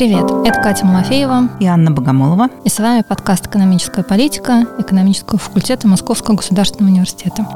Привет, это Катя Малафеева и Анна Богомолова. И с вами подкаст «Экономическая политика» экономического факультета Московского государственного университета.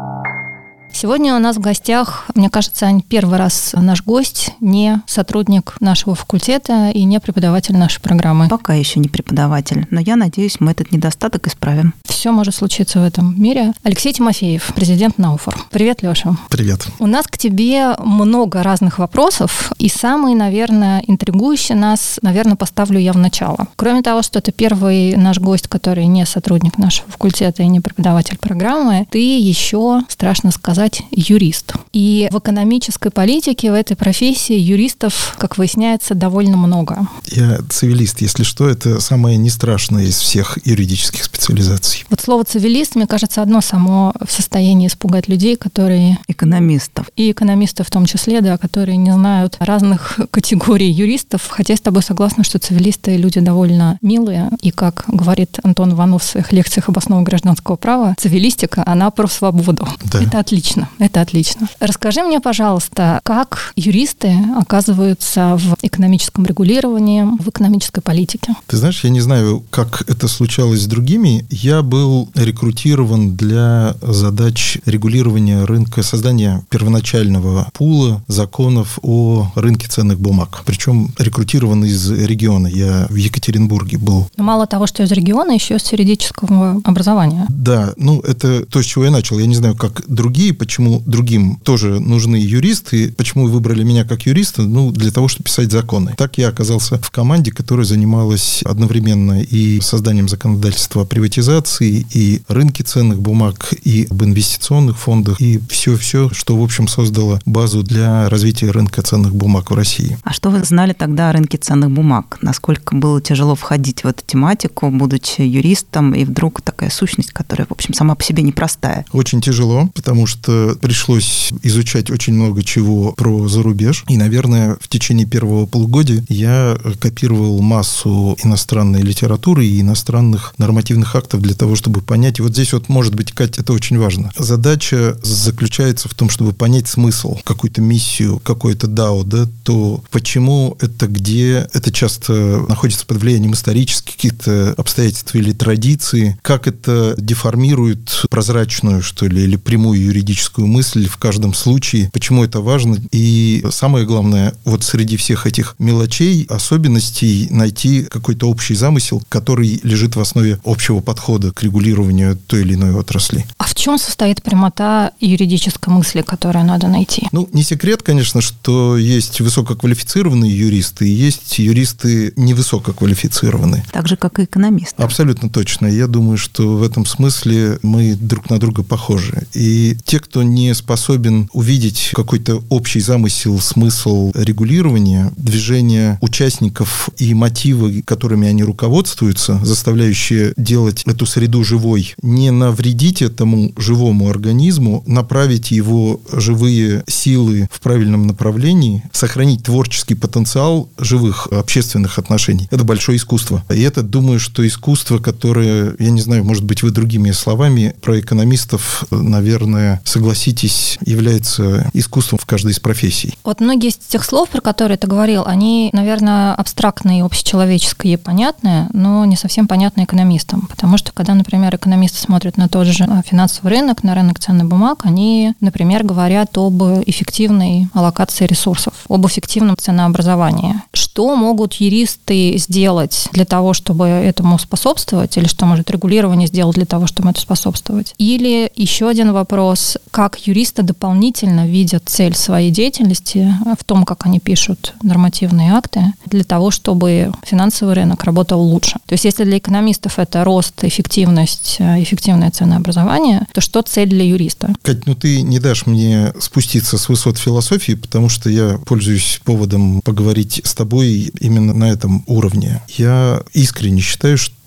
Сегодня у нас в гостях, мне кажется, Ань, первый раз наш гость не сотрудник нашего факультета и не преподаватель нашей программы. Пока еще не преподаватель, но я надеюсь, мы этот недостаток исправим. Все может случиться в этом мире. Алексей Тимофеев, президент Науфор. Привет, Леша. Привет. У нас к тебе много разных вопросов, и самый, наверное, интригующий нас, наверное, поставлю я в начало. Кроме того, что ты первый наш гость, который не сотрудник нашего факультета и не преподаватель программы, ты еще, страшно сказать, юрист. И в экономической политике, в этой профессии юристов, как выясняется, довольно много. Я цивилист, если что, это самое не страшное из всех юридических специализаций. Вот слово «цивилист», мне кажется, одно само в состоянии испугать людей, которые... Экономистов. И экономистов в том числе, да, которые не знают разных категорий юристов. Хотя я с тобой согласна, что цивилисты люди довольно милые. И, как говорит Антон Иванов в своих лекциях об основах гражданского права, цивилистика, она про свободу. Да. Это отлично. Это отлично. Расскажи мне, пожалуйста, как юристы оказываются в экономическом регулировании, в экономической политике? Ты знаешь, я не знаю, как это случалось с другими. Я был рекрутирован для задач регулирования рынка, создания первоначального пула законов о рынке ценных бумаг. Причем рекрутирован из региона. Я в Екатеринбурге был. Но мало того, что из региона, еще из юридического образования. Да, это то, с чего я начал. Я не знаю, как другие, почему другим тоже нужны юристы, почему выбрали меня как юриста, для того, чтобы писать законы. Так я оказался в команде, которая занималась одновременно и созданием законодательства о приватизации, и рынке ценных бумаг, и об инвестиционных фондах, и все, что, в общем, создало базу для развития рынка ценных бумаг в России. А что вы знали тогда о рынке ценных бумаг? Насколько было тяжело входить в эту тематику, будучи юристом, и вдруг такая сущность, которая, в общем, сама по себе непростая? Очень тяжело, потому что пришлось изучать очень много чего про зарубеж. И, наверное, в течение первого полугодия я копировал массу иностранной литературы и иностранных нормативных актов для того, чтобы понять. И вот здесь может быть, Катя, это очень важно. Задача заключается в том, чтобы понять смысл, какую-то миссию, какое-то дао, то почему это, где это часто находится под влиянием исторических каких-то обстоятельств или традиций, как это деформирует прозрачную, или прямую юридическую мысль в каждом случае, почему это важно. И самое главное, среди всех этих мелочей, особенностей найти какой-то общий замысел, который лежит в основе общего подхода к регулированию той или иной отрасли. А в чем состоит прямота юридической мысли, которую надо найти? Не секрет, конечно, что есть высококвалифицированные юристы и есть юристы невысококвалифицированные. Так же, как и экономисты. Абсолютно точно. Я думаю, что в этом смысле мы друг на друга похожи. И те, кто не способен увидеть какой-то общий замысел, смысл регулирования, движения участников и мотивы, которыми они руководствуются, заставляющие делать эту среду живой, не навредить этому живому организму, направить его живые силы в правильном направлении, сохранить творческий потенциал живых общественных отношений. Это большое искусство. И это, думаю, что искусство, которое, я не знаю, может быть, вы другими словами, про экономистов, наверное, согласитесь, является искусством в каждой из профессий. Многие из тех слов, про которые ты говорил, они, наверное, абстрактные, общечеловеческие и понятные, но не совсем понятны экономистам. Потому что, когда, например, экономисты смотрят на тот же финансовый рынок, на рынок ценных бумаг, они, например, говорят об эффективной аллокации ресурсов, об эффективном ценообразовании. Что могут юристы сделать для того, чтобы этому способствовать, или что может регулирование сделать для того, чтобы это способствовать? Или еще один вопрос, как юристы дополнительно видят цель своей деятельности в том, как они пишут нормативные акты, для того, чтобы финансовый рынок работал лучше. То есть если для экономистов это рост, эффективность, эффективное ценообразование, то что цель для юриста? Кать, ты не дашь мне спуститься с высот философии, потому что я пользуюсь поводом поговорить с тобой именно на этом уровне. Я искренне считаю, что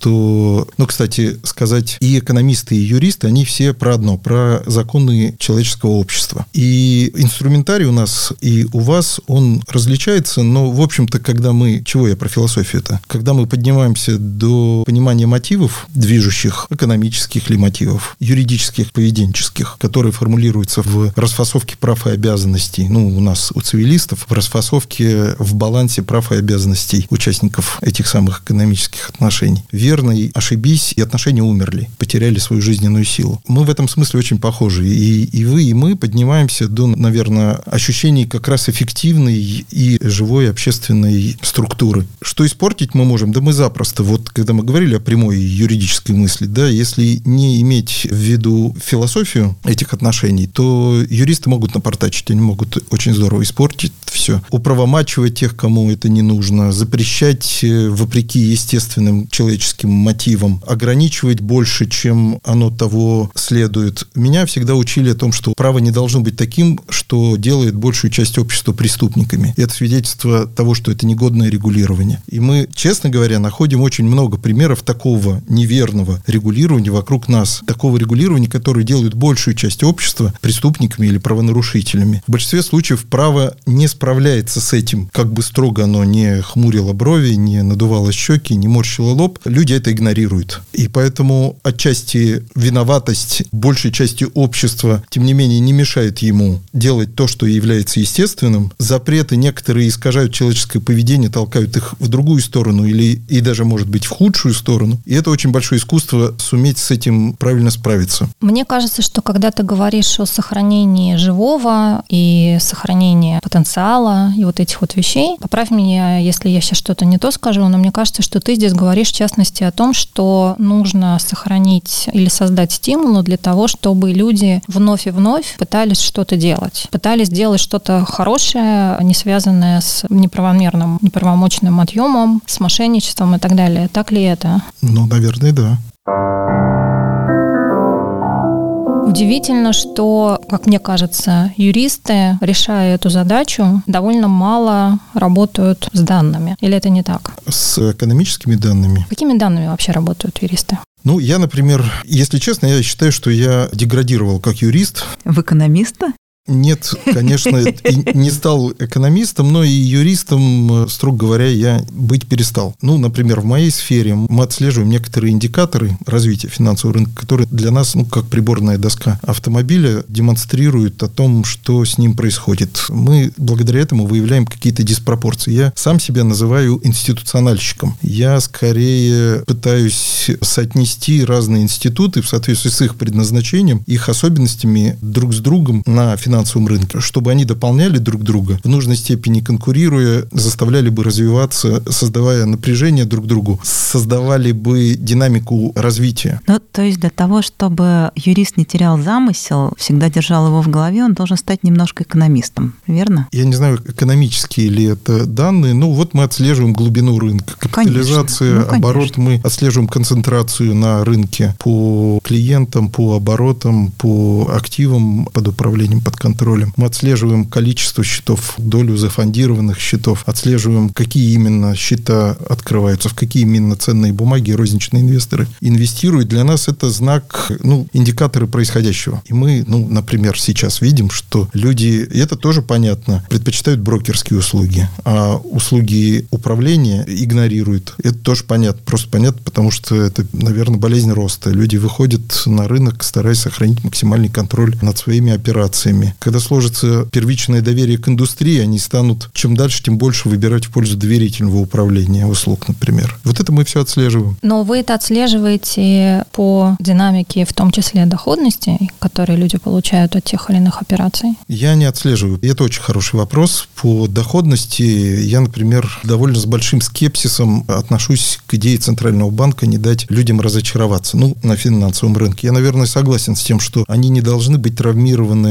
что, кстати, сказать, и экономисты, и юристы, они все про одно, про законы человеческого общества. И инструментарий у нас и у вас, он различается, но, в общем-то, когда мы... Чего я про философию-то? Когда мы поднимаемся до понимания мотивов, движущих, экономических ли мотивов, юридических, поведенческих, которые формулируются в расфасовке прав и обязанностей, у нас у цивилистов, в расфасовке в балансе прав и обязанностей участников этих самых экономических отношений. Верно, ошибись, и отношения умерли, потеряли свою жизненную силу. Мы в этом смысле очень похожи. И вы, и мы поднимаемся до, наверное, ощущений как раз эффективной и живой общественной структуры. Что испортить мы можем? Да мы запросто. Вот когда мы говорили о прямой юридической мысли, да, если не иметь в виду философию этих отношений, то юристы могут напортачить, они могут очень здорово испортить все. Управомачивать тех, кому это не нужно, запрещать вопреки естественным человеческим мотивам, ограничивать больше, чем оно того следует. Меня всегда учили о том, что право не должно быть таким, что делает большую часть общества преступниками. И это свидетельство того, что это негодное регулирование. И мы, честно говоря, находим очень много примеров такого неверного регулирования вокруг нас. Такого регулирования, которое делает большую часть общества преступниками или правонарушителями. В большинстве случаев право не справляется с этим. Как бы строго оно не хмурило брови, не надувало щеки, не морщило лоб, люди это игнорируют. И поэтому отчасти виноватость большей части общества, тем не менее, не мешает ему делать то, что является естественным. Запреты некоторые искажают человеческое поведение, толкают их в другую сторону и даже, может быть, в худшую сторону. И это очень большое искусство суметь с этим правильно справиться. Мне кажется, что когда ты говоришь о сохранении живого и сохранении потенциала и вот этих вот вещей, поправь меня, если я сейчас что-то не то скажу, но мне кажется, что ты здесь говоришь, в частности, о том, что нужно сохранить или создать стимулы для того, чтобы люди вновь и вновь пытались что-то делать. Пытались делать что-то хорошее, не связанное с неправомерным, неправомочным отъемом, с мошенничеством и так далее. Так ли это? Наверное, да. Удивительно, что, как мне кажется, юристы, решая эту задачу, довольно мало работают с данными. Или это не так? С экономическими данными? Какими данными вообще работают юристы? Я, например, если честно, я считаю, что я деградировал как юрист. В экономиста? Нет, конечно, и не стал экономистом, но и юристом, строго говоря, я быть перестал. Например, в моей сфере мы отслеживаем некоторые индикаторы развития финансового рынка, которые для нас, как приборная доска автомобиля, демонстрируют о том, что с ним происходит. Мы благодаря этому выявляем какие-то диспропорции. Я сам себя называю институциональщиком. Я скорее пытаюсь соотнести разные институты в соответствии с их предназначением, их особенностями друг с другом на финансовом рынке, чтобы они дополняли друг друга, в нужной степени конкурируя, заставляли бы развиваться, создавая напряжение друг другу, создавали бы динамику развития. То есть для того, чтобы юрист не терял замысел, всегда держал его в голове, он должен стать немножко экономистом, верно? Я не знаю, экономические ли это данные, мы отслеживаем глубину рынка, капитализация, оборот, мы отслеживаем концентрацию на рынке по клиентам, по оборотам, по активам под управлением, под контролем. Мы отслеживаем количество счетов, долю зафондированных счетов, отслеживаем, какие именно счета открываются, в какие именно ценные бумаги розничные инвесторы инвестируют. Для нас это знак, индикаторы происходящего. И мы, например, сейчас видим, что люди, и это тоже понятно, предпочитают брокерские услуги, а услуги управления игнорируют. Это тоже понятно. Просто понятно, потому что это, наверное, болезнь роста. Люди выходят на рынок, стараясь сохранить максимальный контроль над своими операциями. Когда сложится первичное доверие к индустрии, они станут чем дальше, тем больше выбирать в пользу доверительного управления услуг, например. Вот это мы все отслеживаем. Но вы это отслеживаете по динамике, в том числе доходности, которые люди получают от тех или иных операций? Я не отслеживаю. И это очень хороший вопрос. По доходности я, например, довольно с большим скепсисом отношусь к идее Центрального банка не дать людям разочароваться на финансовом рынке. Я, наверное, согласен с тем, что они не должны быть травмированы откровенно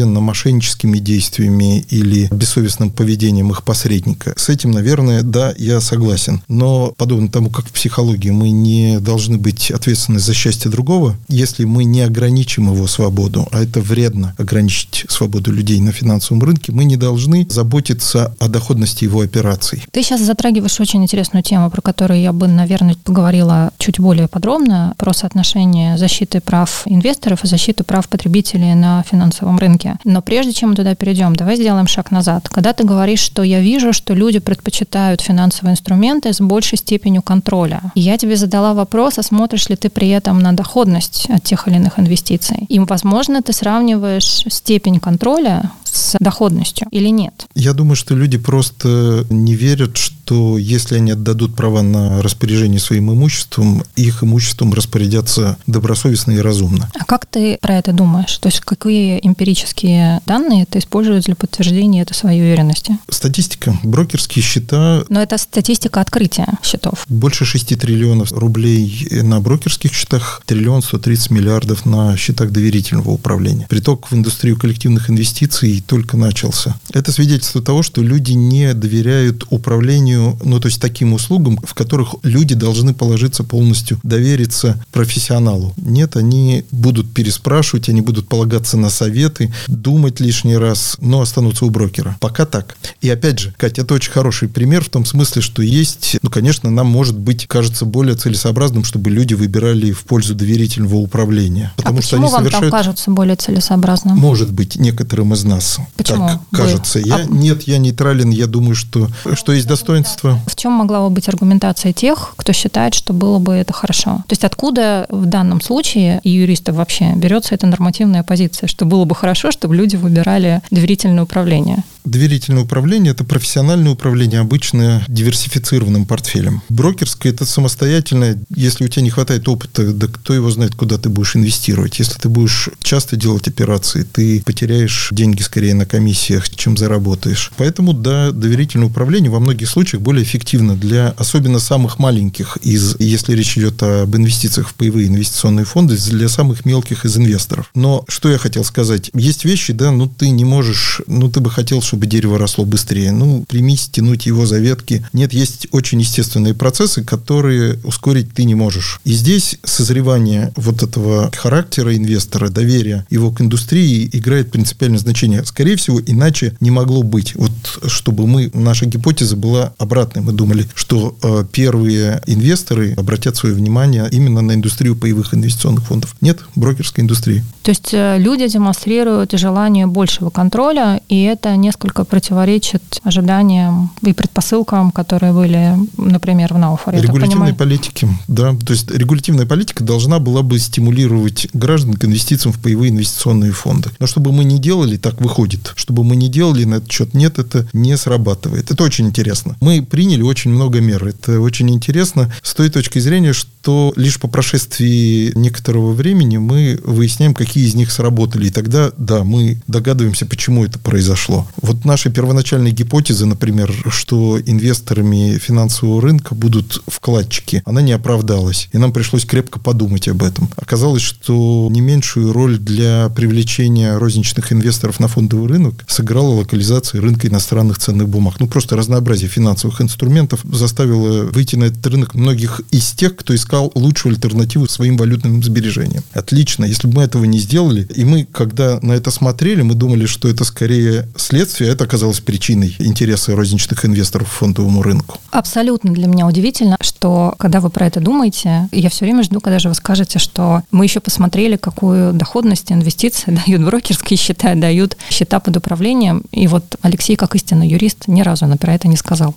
обусловлено мошенническими действиями или бессовестным поведением их посредника. С этим, наверное, да, я согласен. Но подобно тому, как в психологии мы не должны быть ответственны за счастье другого, если мы не ограничим его свободу, а это вредно ограничить свободу людей на финансовом рынке, мы не должны заботиться о доходности его операций. Ты сейчас затрагиваешь очень интересную тему, про которую я бы, наверное, поговорила чуть более подробно, про соотношение защиты прав инвесторов и защиты прав потребителей на финансовом рынке. Но прежде чем мы туда перейдем, давай сделаем шаг назад. Когда ты говоришь, что я вижу, что люди предпочитают финансовые инструменты с большей степенью контроля, и я тебе задала вопрос, а смотришь ли ты при этом на доходность от тех или иных инвестиций? И, возможно, ты сравниваешь степень контроля с доходностью или нет? Я думаю, что люди просто не верят, что если они отдадут права на распоряжение своим имуществом, их имуществом распорядятся добросовестно и разумно. А как ты про это думаешь? То есть какие эмпирические данные ты используешь для подтверждения этой своей уверенности? Статистика. Брокерские счета... Но это статистика открытия счетов. Больше 6 триллионов рублей на брокерских счетах, 1 130 миллиардов на счетах доверительного управления. Приток в индустрию коллективных инвестиций только начался. Это свидетельство того, что люди не доверяют управлению, то есть таким услугам, в которых люди должны положиться полностью, довериться профессионалу. Нет, они будут переспрашивать, они будут полагаться на советы, думать лишний раз, но останутся у брокера. Пока так. И опять же, Катя, это очень хороший пример в том смысле, что есть, конечно, нам, может быть, кажется более целесообразным, чтобы люди выбирали в пользу доверительного управления. Потому что почему они вам совершают... там кажется более целесообразным? Может быть, некоторым из нас. Почему? Так кажется. Нет, я нейтрален, я думаю, что есть достоинство. В чем могла бы быть аргументация тех, кто считает, что было бы это хорошо? То есть откуда в данном случае, и юристов вообще, берется эта нормативная позиция, что было бы хорошо, чтобы люди выбирали доверительное управление? Доверительное управление – это профессиональное управление, обычно диверсифицированным портфелем. Брокерское – это самостоятельное. Если у тебя не хватает опыта, да кто его знает, куда ты будешь инвестировать. Если ты будешь часто делать операции, ты потеряешь деньги скорее на комиссиях, чем заработаешь. Поэтому, да, доверительное управление во многих случаях более эффективно для особенно самых маленьких, если речь идет об инвестициях в паевые инвестиционные фонды, для самых мелких из инвесторов. Но что я хотел сказать? Есть вещи, да, ты не можешь, ты бы хотел, чтобы дерево росло быстрее. Примись, тянуть его за ветки. Нет, есть очень естественные процессы, которые ускорить ты не можешь. И здесь созревание вот этого характера инвестора, доверия его к индустрии играет принципиальное значение. Скорее всего, иначе не могло быть. Чтобы наша гипотеза была обратной. Мы думали, что первые инвесторы обратят свое внимание именно на индустрию паевых инвестиционных фондов. Нет, брокерской индустрии. То есть люди демонстрируют желание большего контроля, и это несколько противоречит ожиданиям и предпосылкам, которые были, например, в Науфоре. Регулятивной политики, да. То есть регулятивная политика должна была бы стимулировать граждан к инвестициям в паевые инвестиционные фонды. Но чтобы мы не делали, так выходит. Чтобы мы не делали на этот счет, нет, это не срабатывает. Это очень интересно. Мы приняли очень много мер. Это очень интересно с той точки зрения, что лишь по прошествии некоторого времени мы выясняем, какие из них сработали. И тогда, да, мы догадываемся, почему это произошло. Наши первоначальные гипотезы, например, что инвесторами финансового рынка будут вкладчики, она не оправдалась. И нам пришлось крепко подумать об этом. Оказалось, что не меньшую роль для привлечения розничных инвесторов на фондовый рынок сыграла локализация рынка иностранных ценных бумаг. Просто разнообразие финансовых инструментов заставило выйти на этот рынок многих из тех, кто искал лучшую альтернативу своим валютным сбережениям. Отлично. Если бы мы этого не сделали, и мы, когда на это смотрели, мы думали, что это скорее следствие, это оказалось причиной интереса розничных инвесторов к фондовому рынку. Абсолютно для меня удивительно, что когда вы про это думаете, я все время жду, когда же вы скажете, что мы еще посмотрели, какую доходность инвестиции дают брокерские счета, дают счета под управлением. И Алексей, как истинный юрист, ни разу про это не сказал.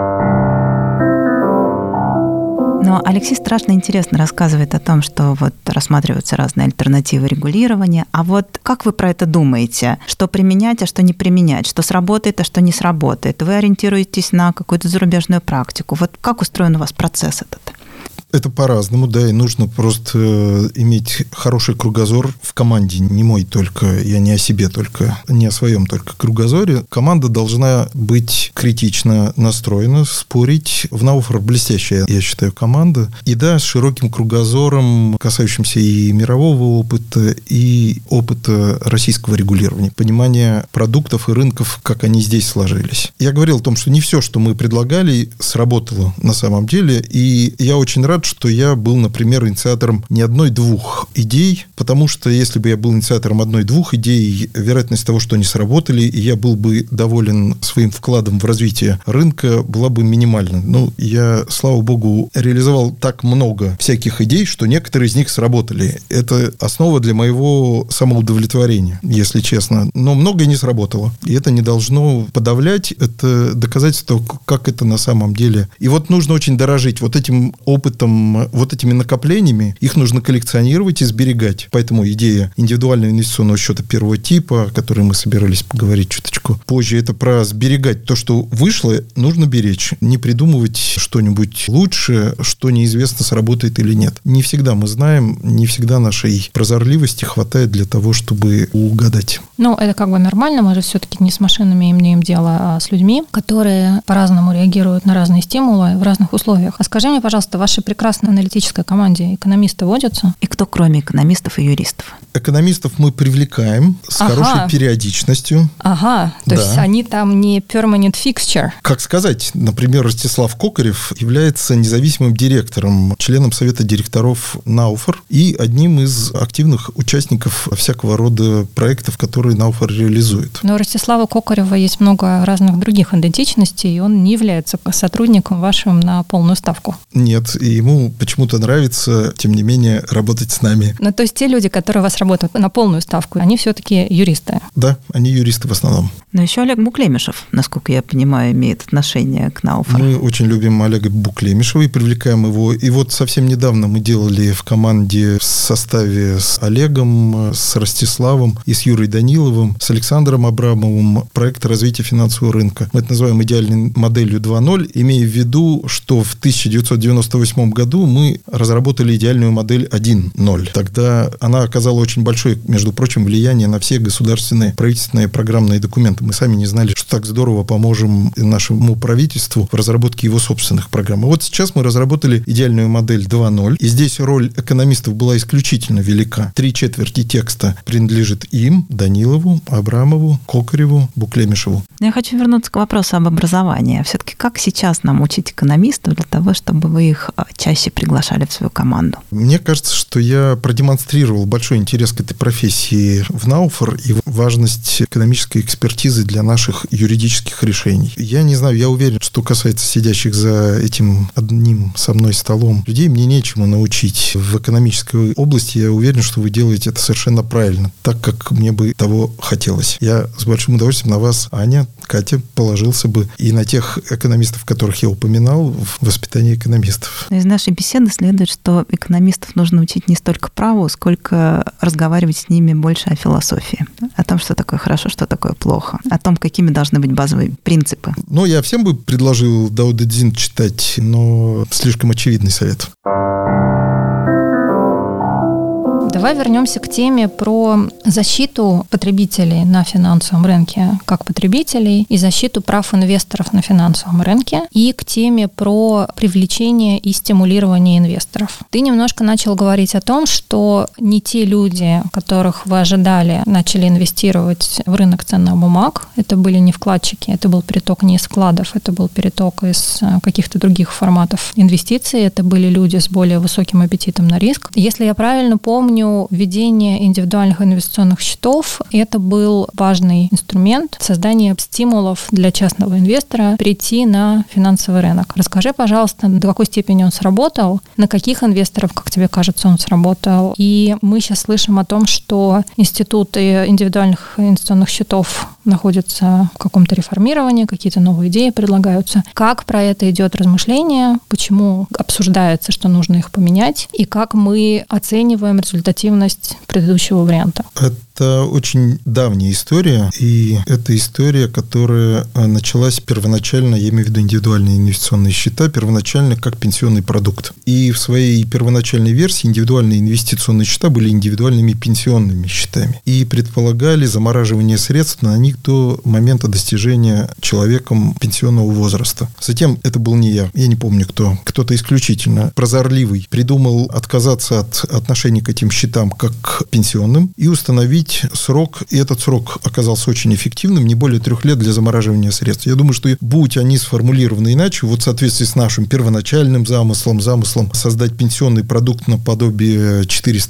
Но Алексей страшно интересно рассказывает о том, что рассматриваются разные альтернативы регулирования. А как вы про это думаете? Что применять, а что не применять? Что сработает, а что не сработает? Вы ориентируетесь на какую-то зарубежную практику? Как устроен у вас процесс этот? Это по-разному, да, и нужно просто иметь хороший кругозор в команде, не мой только, я не о себе только, не о своем только кругозоре. Команда должна быть критично настроена, спорить. В Naufer блестящая, я считаю, команда. И да, с широким кругозором, касающимся и мирового опыта, и опыта российского регулирования, понимания продуктов и рынков, как они здесь сложились. Я говорил о том, что не все, что мы предлагали, сработало на самом деле, и я очень рад, что я был, например, инициатором не одной-двух идей, потому что если бы я был инициатором одной-двух идей, вероятность того, что они сработали, и я был бы доволен своим вкладом в развитие рынка, была бы минимальна. Ну, я, слава богу, реализовал так много всяких идей, что некоторые из них сработали. Это основа для моего самоудовлетворения, если честно. Но многое не сработало. И это не должно подавлять. Это доказательство, как это на самом деле. И вот нужно очень дорожить вот этим опытом, вот этими накоплениями. Их нужно коллекционировать и сберегать. Поэтому идея индивидуального инвестиционного счета первого типа, о которой мы собирались поговорить чуточку позже, это про сберегать. То, что вышло, нужно беречь. Не придумывать что-нибудь лучше, что неизвестно, сработает или нет. Не всегда мы знаем, не всегда нашей прозорливости хватает для того, чтобы угадать. Ну, это как бы нормально, мы же все-таки не с машинами имеем дело, а с людьми, которые по-разному реагируют на разные стимулы в разных условиях. А скажи мне, пожалуйста, в вашей прекрасной аналитической команде экономисты водятся? И кто, кроме экономистов и юристов? Экономистов мы привлекаем с хорошей периодичностью. Ага, то есть они там не permanent fixture. Как сказать, например, Ростислав Кокарев является независимым директором, членом совета директоров Naufer и одним из активных участников всякого рода проектов, которые Naufer реализует. Но у Ростислава Кокарева есть много разных других идентичностей, и он не является сотрудником вашим на полную ставку. Нет, и ему почему-то нравится, тем не менее, работать с нами. Ну, то есть те люди, которые у вас работают на полную ставку, они все-таки юристы? Да, они юристы в основном. Но еще Олег Буклемишев, насколько я понимаю, имеет отношение к Naufer. Мы очень любим Олега Буклемишева и привлекаем его. И вот совсем недавно мы делали в команде в составе с Олегом, с Ростиславом и с Юрой Даниловым, с Александром Абрамовым проект развития финансового рынка. Мы это называем идеальной моделью 2.0, имея в виду, что в 1998 году мы разработали идеальную модель 1.0. Тогда она оказала очень большое, между прочим, влияние на все государственные правительственные программные документы. Мы сами не знали, что так здорово поможем нашему правительству в разработке его собственных программ. И вот сейчас мы разработали идеальную модель 2.0, и здесь роль экономистов была исключительно велика. 3/4 текста принадлежит им, Данилову, Абрамову, Кокареву, Буклемишеву. Я хочу вернуться к вопросу об образовании. Все-таки как сейчас нам учить экономистов для того, чтобы вы их чаще приглашали в свою команду? Мне кажется, что я продемонстрировал большой интерес к этой профессии в Naufer и важность экономической экспертизы для наших юридических решений. Я не знаю, я уверен, что касается сидящих за этим одним со мной столом людей, мне нечему научить. В экономической области я уверен, что вы делаете это совершенно правильно, так, как мне бы того хотелось. Я с большим удовольствием на вас, Аня, Катя, положился бы и на тех экономистов, которых я упоминал, в воспитании экономистов. Из нашей беседы следует, что экономистов нужно учить не столько праву, сколько разговаривать с ними больше о философии, о том, что такое хорошо, что такое плохо, о том, какими должны быть базовые принципы. Ну, я всем бы предложил Дао Дэ Цзин читать, но слишком очевидный совет. Давай вернемся к теме про защиту потребителей на финансовом рынке как потребителей и защиту прав инвесторов на финансовом рынке, и к теме про привлечение и стимулирование инвесторов. Ты немножко начал говорить о том, что не те люди, которых вы ожидали, начали инвестировать в рынок ценных бумаг. Это были не вкладчики, это был переток не из вкладов, это был переток из каких-то других форматов инвестиций, это были люди с более высоким аппетитом на риск. Если я правильно помню, введение индивидуальных инвестиционных счетов – это был важный инструмент создания стимулов для частного инвестора прийти на финансовый рынок. Расскажи, пожалуйста, до какой степени он сработал, на каких инвесторов, как тебе кажется, он сработал. И мы сейчас слышим о том, что институты индивидуальных инвестиционных счетов находятся в каком-то реформировании, какие-то новые идеи предлагаются. Как про это идет размышление, почему обсуждается, что нужно их поменять, и как мы оцениваем результативность предыдущего варианта? Это Это очень давняя история, и это история, которая началась первоначально, я имею в виду индивидуальные инвестиционные счета, первоначально как пенсионный продукт. И в своей первоначальной версии индивидуальные инвестиционные счета были индивидуальными пенсионными счетами и предполагали замораживание средств на них до момента достижения человеком пенсионного возраста. Затем, это был не я не помню кто, кто-то исключительно прозорливый придумал отказаться от отношения к этим счетам как к пенсионным и установить срок, и этот срок оказался очень эффективным, не более 3 лет для замораживания средств. Я думаю, что будь они сформулированы иначе, вот в соответствии с нашим первоначальным замыслом создать пенсионный продукт наподобие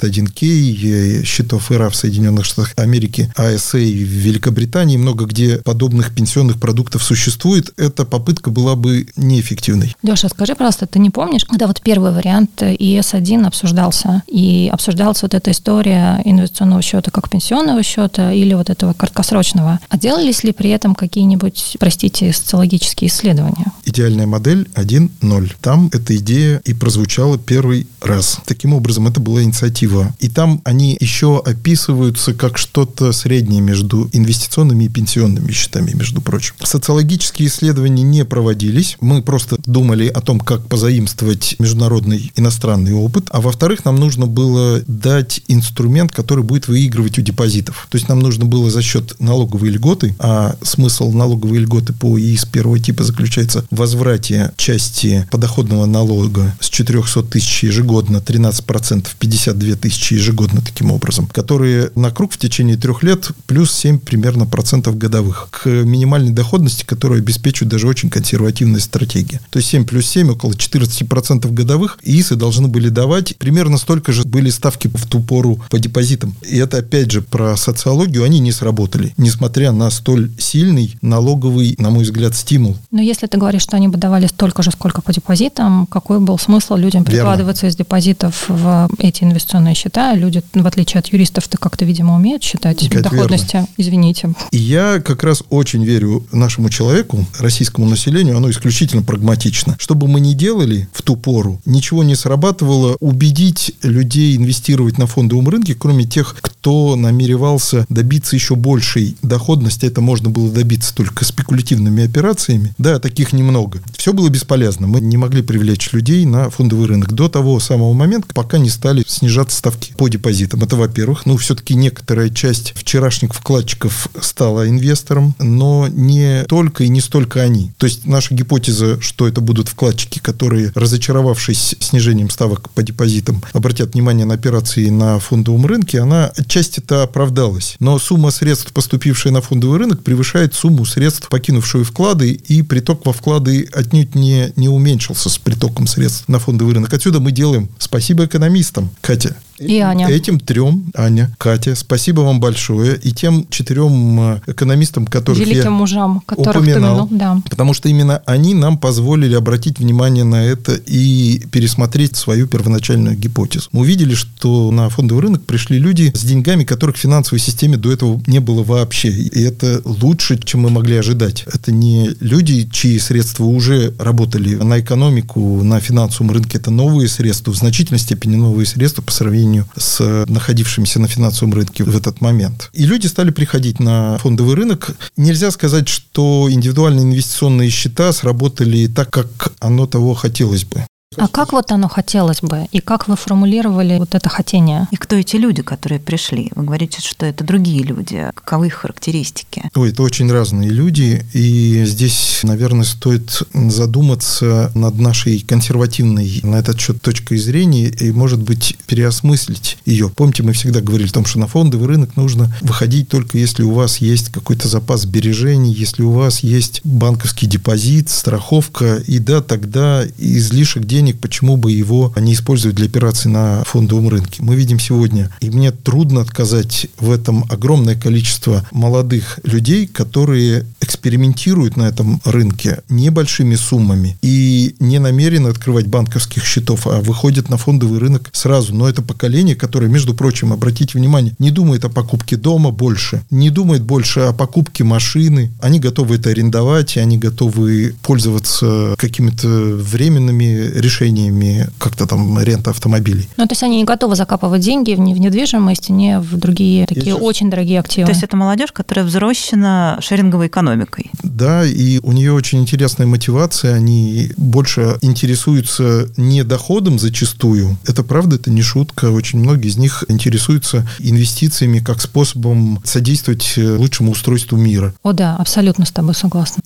401k, счетов ИРА в Соединенных Штатах Америки, АСА в Великобритании, много где подобных пенсионных продуктов существует, эта попытка была бы неэффективной. Леша, скажи, пожалуйста, ты не помнишь, когда вот первый вариант ИС-1 обсуждался, и обсуждалась вот эта история инвестиционного счета как пенсионного счета или вот этого краткосрочного, а делались ли при этом какие-нибудь, простите, социологические исследования? Идеальная модель 1.0. Там эта идея и прозвучала первый раз. Таким образом, это была инициатива. И там они еще описываются как что-то среднее между инвестиционными и пенсионными счетами, между прочим. Социологические исследования не проводились. Мы просто думали о том, как позаимствовать международный иностранный опыт. А во-вторых, нам нужно было дать инструмент, который будет выигрывать у депозитов. То есть нам нужно было за счет налоговой льготы, а смысл налоговой льготы по ИИС первого типа заключается в возврате части подоходного налога с 400 тысяч ежегодно, 13%, 52 тысячи ежегодно таким образом, которые на круг в течение 3 лет плюс 7 примерно процентов годовых к минимальной доходности, которую обеспечивает даже очень консервативная стратегия. То есть 7 плюс 7, около 14% годовых, ИИСы должны были давать, примерно столько же были ставки в ту пору по депозитам. И это, опять же, про социологию, они не сработали, несмотря на столь сильный налоговый, на мой взгляд, стимул. Но если ты говоришь, что они бы давали столько же, сколько по депозитам, какой был смысл людям прикладываться из депозитов в эти инвестиционные счета? Люди, в отличие от юристов-то как-то, видимо, умеют считать доходности. Верно. Извините. И я как раз очень верю нашему человеку, российскому населению, оно исключительно прагматично. Что бы мы ни делали в ту пору, ничего не срабатывало убедить людей инвестировать на фондовом рынке, кроме тех, кто намеревался добиться еще большей доходности. Это можно было добиться только спекулятивными операциями. Да, таких немного. Все было бесполезно. Мы не могли привлечь людей на фондовый рынок до того самого момента, пока не стали снижаться ставки по депозитам. Это, во-первых. Все-таки некоторая часть вчерашних вкладчиков стала инвестором, но не только и не столько они. То есть наша гипотеза, что это будут вкладчики, которые, разочаровавшись снижением ставок по депозитам, обратят внимание на операции на фондовом рынке, она отчасти-то оправдалась. Но сумма средств, поступившая на фондовый рынок, превышает сумму средств, покинувшую вклады, и приток во вклады отнюдь не уменьшился с притоком средств на фондовый рынок. Отсюда мы делаем спасибо экономистам, Катя. И Аня. Этим 3, Аня, Катя, спасибо вам большое. И тем 4 экономистам, которых великим я мужам, которых упоминал. Ты да. Потому что именно они нам позволили обратить внимание на это и пересмотреть свою первоначальную гипотезу. Мы увидели, что на фондовый рынок пришли люди с деньгами, которых в финансовой системе до этого не было вообще. И это лучше, чем мы могли ожидать. Это не люди, чьи средства уже работали на экономику, на финансовом рынке. Это новые средства, в значительной степени новые средства по сравнению с находившимися на финансовом рынке в этот момент. И люди стали приходить на фондовый рынок. Нельзя сказать, что индивидуальные инвестиционные счета сработали так, как оно того хотелось бы. А как вот оно хотелось бы? И как вы формулировали вот это хотение? И кто эти люди, которые пришли? Вы говорите, что это другие люди. Каковы их характеристики? Это очень разные люди. И здесь, наверное, стоит задуматься над нашей консервативной на этот счет точкой зрения и, может быть, переосмыслить ее. Помните, мы всегда говорили о том, что на фондовый рынок нужно выходить только если у вас есть какой-то запас сбережений, если у вас есть банковский депозит, страховка, и да, тогда излишек денег, почему бы его не использовать для операций на фондовом рынке. Мы видим сегодня, и мне трудно отказать в этом огромное количество молодых людей, которые экспериментируют на этом рынке небольшими суммами и не намерены открывать банковских счетов, а выходят на фондовый рынок сразу. Но это поколение, которое, между прочим, обратите внимание, не думает о покупке дома больше, не думает больше о покупке машины. Они готовы это арендовать, они готовы пользоваться какими-то временными решениями решениями, как-то там рента автомобилей. Ну, то есть они не готовы закапывать деньги ни в недвижимость, ни в другие такие очень дорогие активы. То есть это молодежь, которая взросшена шеринговой экономикой. Да, и у нее очень интересная мотивация, они больше интересуются не доходом зачастую, это правда, это не шутка, очень многие из них интересуются инвестициями как способом содействовать лучшему устройству мира. О да, абсолютно с тобой согласна.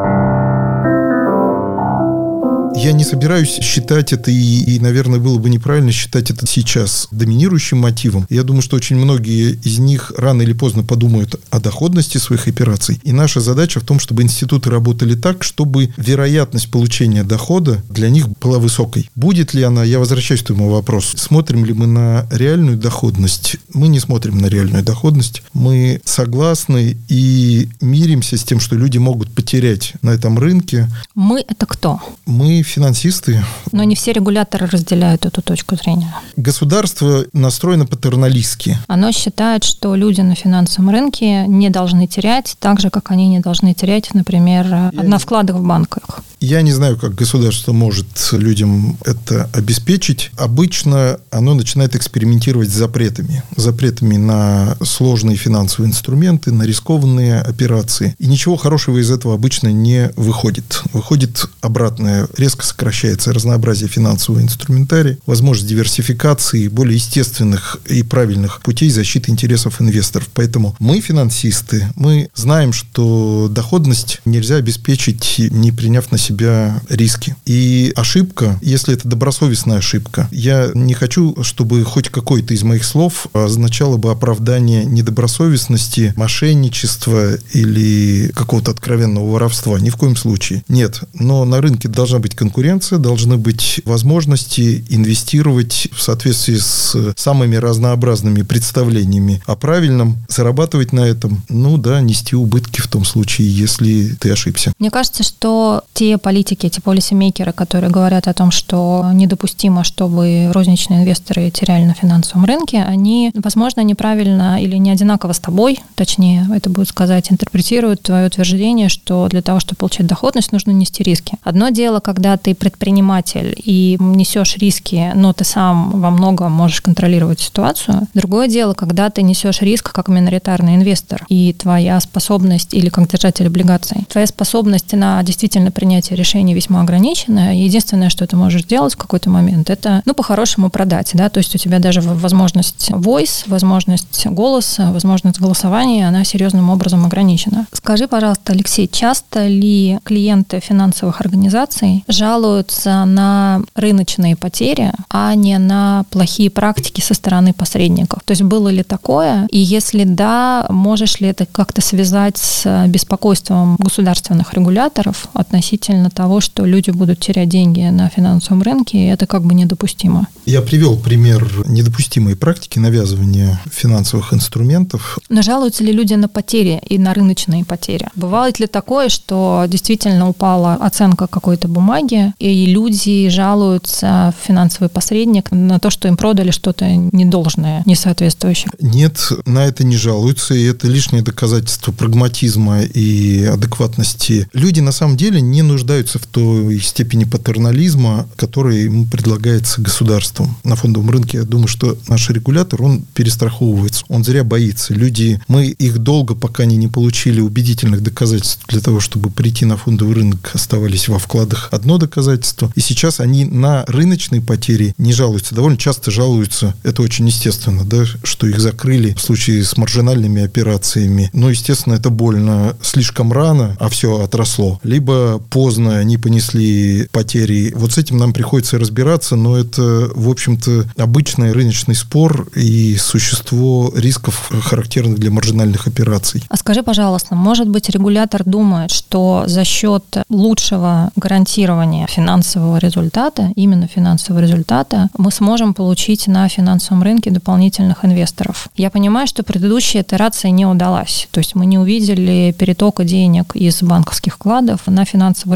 Я не собираюсь считать это, и, наверное, было бы неправильно считать это сейчас доминирующим мотивом. Я думаю, что очень многие из них рано или поздно подумают о доходности своих операций. И наша задача в том, чтобы институты работали так, чтобы вероятность получения дохода для них была высокой. Будет ли она, я возвращаюсь к этому вопросу, смотрим ли мы на реальную доходность? Мы не смотрим на реальную доходность. Мы согласны и миримся с тем, что люди могут потерять на этом рынке. Мы – это кто? Мы финансисты. Но не все регуляторы разделяют эту точку зрения. Государство настроено патерналистски. Оно считает, что люди на финансовом рынке не должны терять, так же, как они не должны терять, например, на вкладах в банках. Я не знаю, как государство может людям это обеспечить. Обычно оно начинает экспериментировать с запретами. Запретами на сложные финансовые инструменты, на рискованные операции. И ничего хорошего из этого обычно не выходит. Выходит обратное. Резко сокращается разнообразие финансового инструментария, возможность диверсификации, более естественных и правильных путей защиты интересов инвесторов. Поэтому мы, финансисты, мы знаем, что доходность нельзя обеспечить, не приняв на себя риски. И ошибка, если это добросовестная ошибка, я не хочу, чтобы хоть какое-то из моих слов означало бы оправдание недобросовестности, мошенничества или какого-то откровенного воровства. Ни в коем случае. Нет. Но на рынке должна быть конкуренция, должны быть возможности инвестировать в соответствии с самыми разнообразными представлениями о правильном, зарабатывать на этом, нести убытки в том случае, если ты ошибся. Мне кажется, что те политики, эти полисимейкеры, которые говорят о том, что недопустимо, чтобы розничные инвесторы теряли на финансовом рынке, они, возможно, неправильно или не одинаково с тобой, точнее, это будет сказать, интерпретируют твое утверждение, что для того, чтобы получать доходность, нужно нести риски. Одно дело, когда ты предприниматель и несешь риски, но ты сам во многом можешь контролировать ситуацию. Другое дело, когда ты несешь риск как миноритарный инвестор, и твоя способность, или как держатель облигаций, твоя способность на действительно принятие решений весьма ограничена. Единственное, что ты можешь сделать в какой-то момент, это, по-хорошему продать, да, то есть у тебя даже возможность voice, возможность голоса, возможность голосования, она серьезным образом ограничена. Скажи, пожалуйста, Алексей, часто ли клиенты финансовых организаций жалуются на рыночные потери, а не на плохие практики со стороны посредников? То есть было ли такое? И если да, можешь ли это как-то связать с беспокойством государственных регуляторов относительно того, что люди будут терять деньги на финансовом рынке, и это как бы недопустимо? Я привел пример недопустимой практики навязывания финансовых инструментов. Но жалуются ли люди на потери и на рыночные потери? Бывает ли такое, что действительно упала оценка какой-то бумаги, и люди жалуются в финансовый посредник на то, что им продали что-то недолжное, несоответствующее? Нет, на это не жалуются, и это лишнее доказательство прагматизма и адекватности. Люди на самом деле не нуждаются в той степени патернализма, который ему предлагается государством. На фондовом рынке, я думаю, что наш регулятор, он перестраховывается, он зря боится. Люди, мы их долго, пока они не получили убедительных доказательств для того, чтобы прийти на фондовый рынок, оставались во вкладах одно доказательство, и сейчас они на рыночные потери не жалуются. Довольно часто жалуются, это очень естественно, да, что их закрыли в случае с маржинальными операциями. Но, естественно, это больно слишком рано, а все отросло. Либо поздно они понесли потери. Вот с этим нам приходится разбираться, но это, в общем-то, обычный рыночный спор и существо рисков, характерных для маржинальных операций. А скажи, пожалуйста, может быть, регулятор думает, что за счет лучшего гарантирования финансового результата, именно финансового результата, мы сможем получить на финансовом рынке дополнительных инвесторов? Я понимаю, что предыдущая итерация не удалась. То есть мы не увидели перетока денег из банковских вкладов на финансовый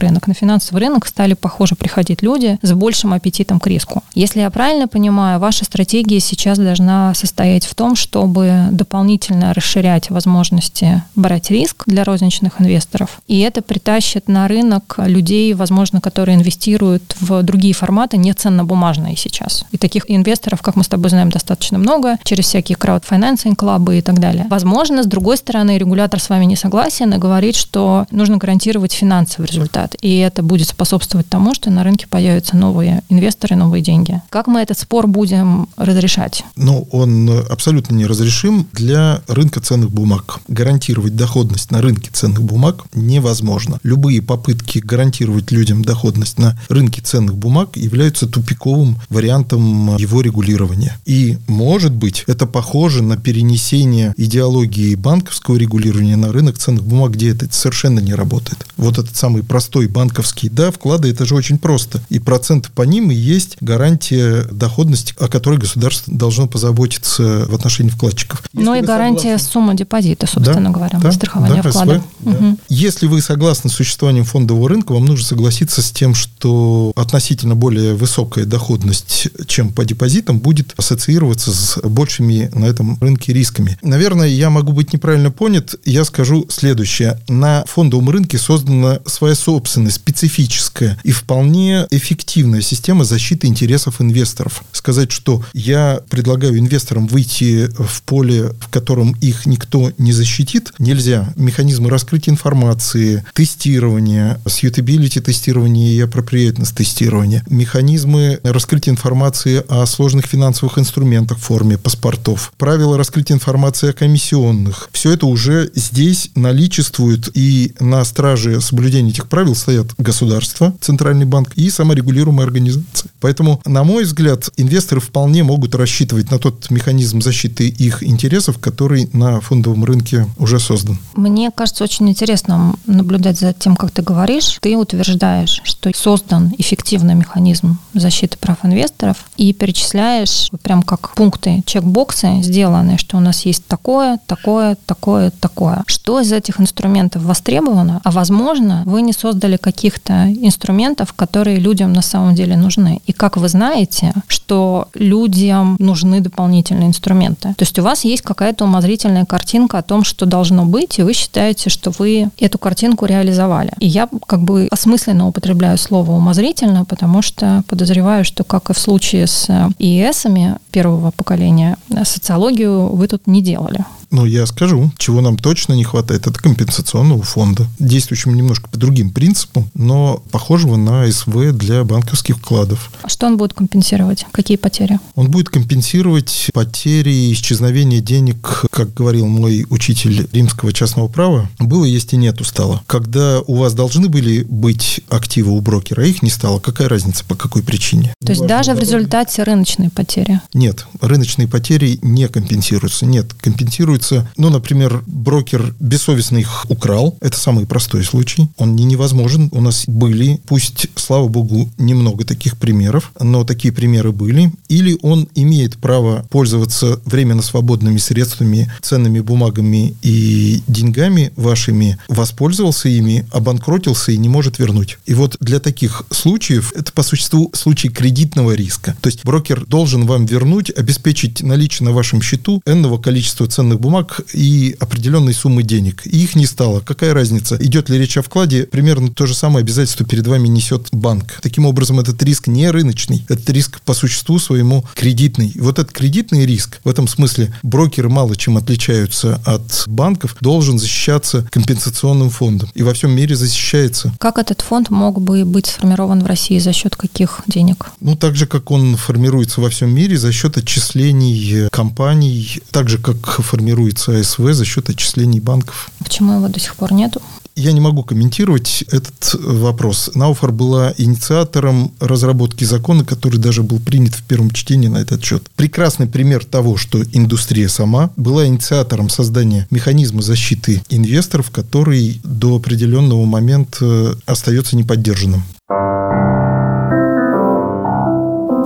рынок. На финансовый рынок стали, похоже, приходить люди с большим аппетитом к риску. Если я правильно понимаю, ваша стратегия сейчас должна состоять в том, чтобы дополнительно расширять возможности брать риск для розничных инвесторов, и это притащит на рынок людей, возможно, которые инвестируют в другие форматы, не ценно-бумажные сейчас. И таких инвесторов, как мы с тобой знаем, достаточно много, через всякие краудфайнансинг клабы и так далее. Возможно, с другой стороны, регулятор с вами не согласен и говорит, что нужно гарантировать финансовый результат, и это будет способствовать тому, что на рынке появятся новые инвесторы, новые деньги. Как мы этот спор будем разрешать? Он абсолютно неразрешим для рынка ценных бумаг. Гарантировать доходность на рынке ценных бумаг невозможно. Любые попытки гарантировать людям доходность на рынке ценных бумаг являются тупиковым вариантом его регулирования. И, может быть, это похоже на перенесение идеологии банковского регулирования на рынок ценных бумаг, где это совершенно не работает. Вот этот самый простой банковский, вклады, это же очень просто. И проценты по ним и есть гарантия доходности, о которой государство должно позаботиться в отношении вкладчиков. И гарантия суммы депозита, собственно говоря, страхование вклада. Угу. Если вы согласны с существованием фондового рынка, вам нужно согласиться с тем, что относительно более высокая доходность, чем по депозитам, будет ассоциироваться с большими на этом рынке рисками. Наверное, я могу быть неправильно понят, я скажу следующее. На фондовом рынке создана своя собственная, специфическая и вполне эффективная система защиты интересов инвесторов. Сказать, что я предлагаю инвесторам выйти в поле, в котором их никто не защитит, нельзя. Механизмы раскрытия информации, тестирования, suitability тестирования и appropriateness тестирования, механизмы раскрытия информации о сложных финансовых инструментах в форме паспортов, правила раскрытия информации о комиссионных. Все это уже здесь наличествует, и на страже соблюдения этих правил стоят государство, Центральный банк и саморегулируемые организации. Поэтому, на мой взгляд, инвесторы вполне могут рассчитывать на тот механизм защиты их интересов, который на фондовом рынке уже создан. Мне кажется, очень интересно наблюдать за тем, как ты говоришь. Ты утверждаешь, что создан эффективный механизм защиты прав инвесторов, и перечисляешь прям как пункты, чекбоксы сделаны, что у нас есть такое, такое, такое, такое. Что из этих инструментов востребовано? А возможно, вы не создали каких-то инструментов, которые людям на самом деле нужны. И как вы знаете, что людям нужны дополнительные инструменты? То есть у вас есть какая-то умозрительная картинка о том, что должно быть, и вы считаете, что вы эту картинку реализовали. И я осмысленно употребляю слово «умозрительно», потому что подозреваю, что, как и в случае с ИЭСами первого поколения, социологию вы тут не делали. Я скажу, чего нам точно не хватает, это компенсационного фонда, действующего немножко по другим принципам, но похожего на СВ для банковских вкладов. А что он будет компенсировать? Какие потери? Он будет компенсировать потери, исчезновения денег, как говорил мой учитель римского частного права, было, есть и нету стало. Когда у вас должны были быть активы у брокера, а их не стало, какая разница, по какой причине? То есть даже в результате рыночной потери? Нет, рыночные потери не компенсируются. Нет, компенсируются. Например, брокер бессовестно их украл. Это самый простой случай. Он невозможен. У нас были, пусть, слава богу, немного таких примеров, но такие примеры были. Или он имеет право пользоваться временно свободными средствами, ценными бумагами и деньгами вашими, воспользовался ими, обанкротился и не может вернуть. И вот для таких случаев, это по существу случай кредитного риска. То есть брокер должен вам вернуть, обеспечить наличие на вашем счету энного количества ценных бумаг и определенной суммы денег. И их не стало. Какая разница? Идет ли речь о вкладе? Примерно то же самое обязательство перед вами несет банк. Таким образом, этот риск не рыночный. Этот риск по существу своему кредитный. И вот этот кредитный риск, в этом смысле брокеры мало чем отличаются от банков, должен защищаться компенсационным фондом. И во всем мире защищается. Как этот фонд мог бы быть сформирован в России? За счет каких денег? Так же, как он формируется во всем мире, за счет отчислений компаний, так же, как формируется АСВ за счет отчислений банков. Почему его до сих пор нету? Я не могу комментировать этот вопрос. Науфар была инициатором разработки закона, который даже был принят в первом чтении на этот счет. Прекрасный пример того, что индустрия сама была инициатором создания механизма защиты инвесторов, который до определенного момента остается неподдержанным.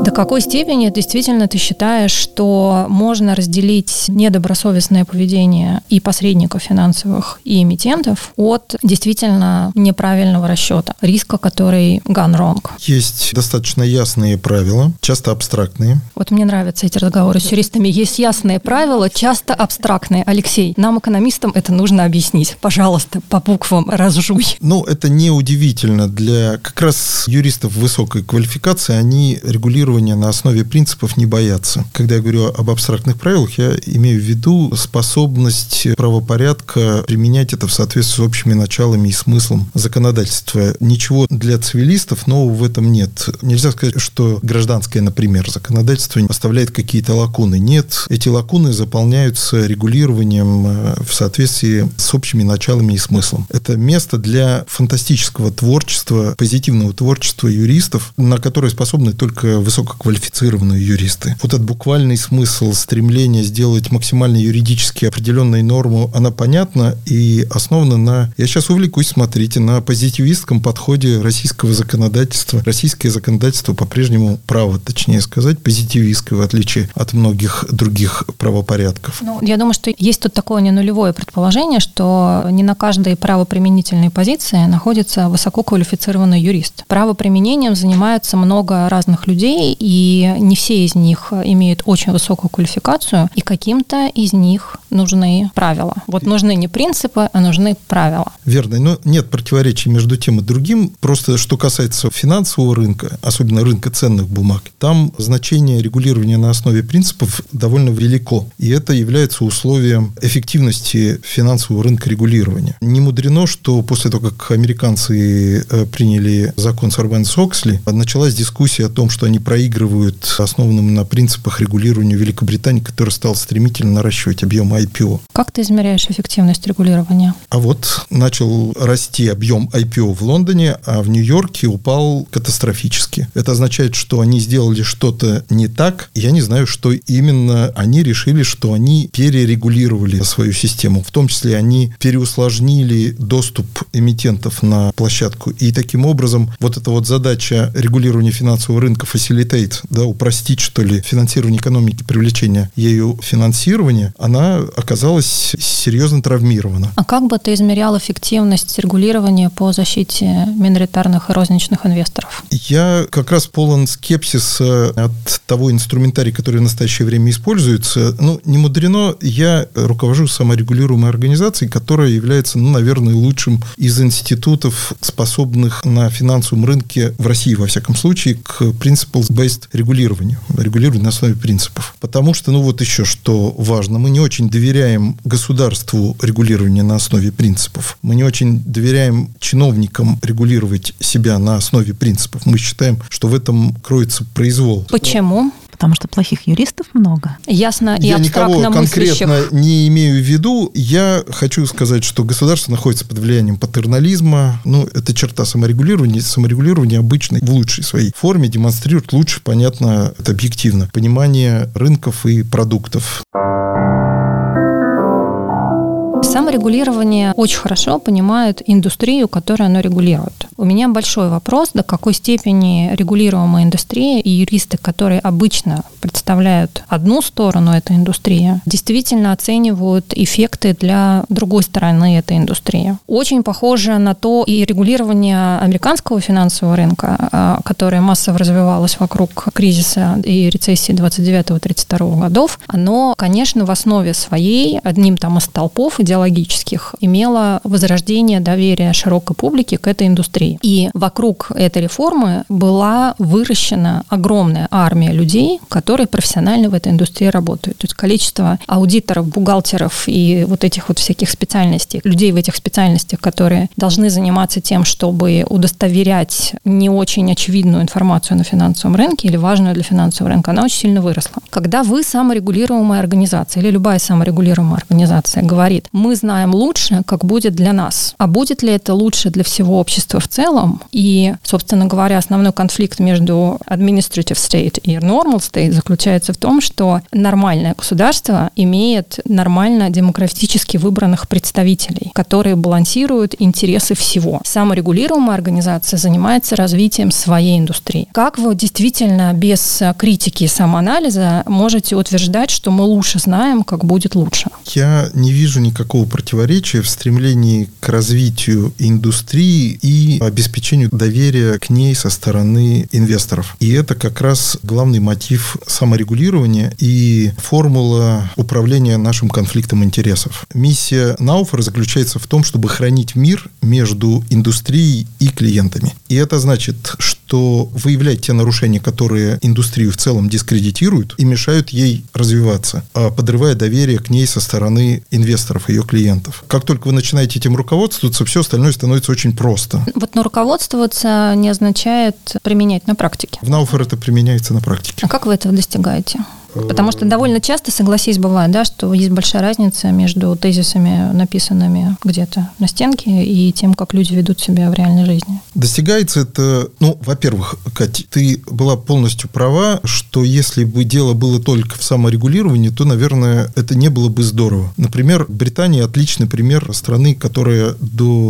До какой степени действительно ты считаешь, что можно разделить недобросовестное поведение и посредников финансовых, и эмитентов от действительно неправильного расчета, риска, который gone wrong? Есть достаточно ясные правила, часто абстрактные. Вот мне нравятся эти разговоры с юристами. Есть ясные правила, часто абстрактные. Алексей, нам, экономистам, это нужно объяснить. Пожалуйста, по буквам разжуй. Это не удивительно. Для как раз юристов высокой квалификации они регулирования на основе принципов не боятся. Когда я говорю об абстрактных правилах, я имею в виду способность правопорядка применять это в соответствии с общими началами и смыслом законодательства. Ничего для цивилистов нового в этом нет. Нельзя сказать, что гражданское, например, законодательство оставляет какие-то лакуны. Нет, эти лакуны заполняются регулированием в соответствии с общими началами и смыслом. Это место для фантастического творчества, позитивного творчества юристов, на которое способны только высококвалифицированные юристы. Вот этот буквальный смысл, стремление сделать максимально юридически определенную норму, она понятна и основана на, я сейчас увлекусь, смотрите, на позитивистском подходе российского законодательства. Российское законодательство по-прежнему право, точнее сказать, позитивистское, в отличие от многих других правопорядков. Я думаю, что есть тут такое не нулевое предположение, что не на каждой правоприменительной позиции находится высококвалифицированный юрист. Правоприменением занимается много разных людей, и не все из них имеют очень высокую квалификацию, и каким-то из них нужны правила. Вот нужны не принципы, а нужны правила. Верно, но нет противоречий между тем и другим. Просто что касается финансового рынка, особенно рынка ценных бумаг, там значение регулирования на основе принципов довольно велико. И это является условием эффективности финансового рынка регулирования. Не мудрено, что после того, как американцы приняли закон Сарбанс-Оксли, началась дискуссия о том, что они проигрывают основанным на принципах регулирования Великобритании, который стал стремительно наращивать объем IPO. Как ты измеряешь эффективность регулирования? А вот начал расти объем IPO в Лондоне, а в Нью-Йорке упал катастрофически. Это означает, что они сделали что-то не так. Я не знаю, что именно. Они решили, что они перерегулировали свою систему. В том числе они переусложнили доступ эмитентов на площадку. И таким образом вот эта вот задача регулирования финансового рынка, facilitate, упростить, что ли, финансирование экономики, привлечение ею финансирования, она оказалась серьезно травмирована. А как бы ты измерял эффективность регулирования по защите миноритарных и розничных инвесторов? Я как раз полон скепсиса от того инструментария, который в настоящее время используется. Не мудрено, я руковожу саморегулируемой организацией, которая является, наверное, лучшим из институтов, способных на финансовом рынке в России, во всяком случае, к principles-based регулированию на основе принципов. Потому что, вот еще что важно, мы не очень доверяем государству регулирования на основе принципов. Мы не очень доверяем чиновникам регулировать себя на основе принципов. Мы считаем, что в этом кроется произвол. Почему? Потому что плохих юристов много. Ясно и абстрактно мыслящих. Я никого конкретно не имею в виду. Я хочу сказать, что государство находится под влиянием патернализма. Это черта саморегулирования. Саморегулирование обычно в лучшей своей форме демонстрирует лучше, понятно, это объективно, понимание рынков и продуктов. Саморегулирование очень хорошо понимает индустрию, которую оно регулирует. У меня большой вопрос, до какой степени регулируемая индустрия и юристы, которые обычно представляют одну сторону этой индустрии, действительно оценивают эффекты для другой стороны этой индустрии. Очень похоже на то и регулирование американского финансового рынка, которое массово развивалось вокруг кризиса и рецессии 29-32 годов. Оно, конечно, в основе своей одним из столпов идеологических имело возрождение доверия широкой публики к этой индустрии. И вокруг этой реформы была выращена огромная армия людей, которые профессионально в этой индустрии работают. То есть количество аудиторов, бухгалтеров и вот этих вот всяких специальностей, людей в этих специальностях, которые должны заниматься тем, чтобы удостоверять не очень очевидную информацию на финансовом рынке или важную для финансового рынка, она очень сильно выросла. Когда вы саморегулируемая организация или любая саморегулируемая организация говорит, мы мы знаем лучше, как будет для нас. А будет ли это лучше для всего общества в целом? И, собственно говоря, основной конфликт между administrative state и normal state заключается в том, что нормальное государство имеет нормально демократически выбранных представителей, которые балансируют интересы всего. Саморегулируемая организация занимается развитием своей индустрии. Как вы действительно без критики и самоанализа можете утверждать, что мы лучше знаем, как будет лучше? Я не вижу никакого противоречия в стремлении к развитию индустрии и обеспечению доверия к ней со стороны инвесторов. И это как раз главный мотив саморегулирования и формула управления нашим конфликтом интересов. Миссия Naufer заключается в том, чтобы хранить мир между индустрией и клиентами. И это значит, что выявлять те нарушения, которые индустрию в целом дискредитируют и мешают ей развиваться, подрывая доверие к ней со стороны инвесторов, ее клиентов. Как только вы начинаете этим руководствоваться, все остальное становится очень просто. Но руководствоваться не означает применять на практике. В Naufer это применяется на практике. А как вы этого достигаете? Потому что довольно часто, согласись, бывает, да, что есть большая разница между тезисами, написанными где-то на стенке, и тем, как люди ведут себя в реальной жизни. Достигается это, во-первых, Кать, ты была полностью права, что если бы дело было только в саморегулировании, то, наверное, это не было бы здорово. Например, Британия отличный пример страны, которая до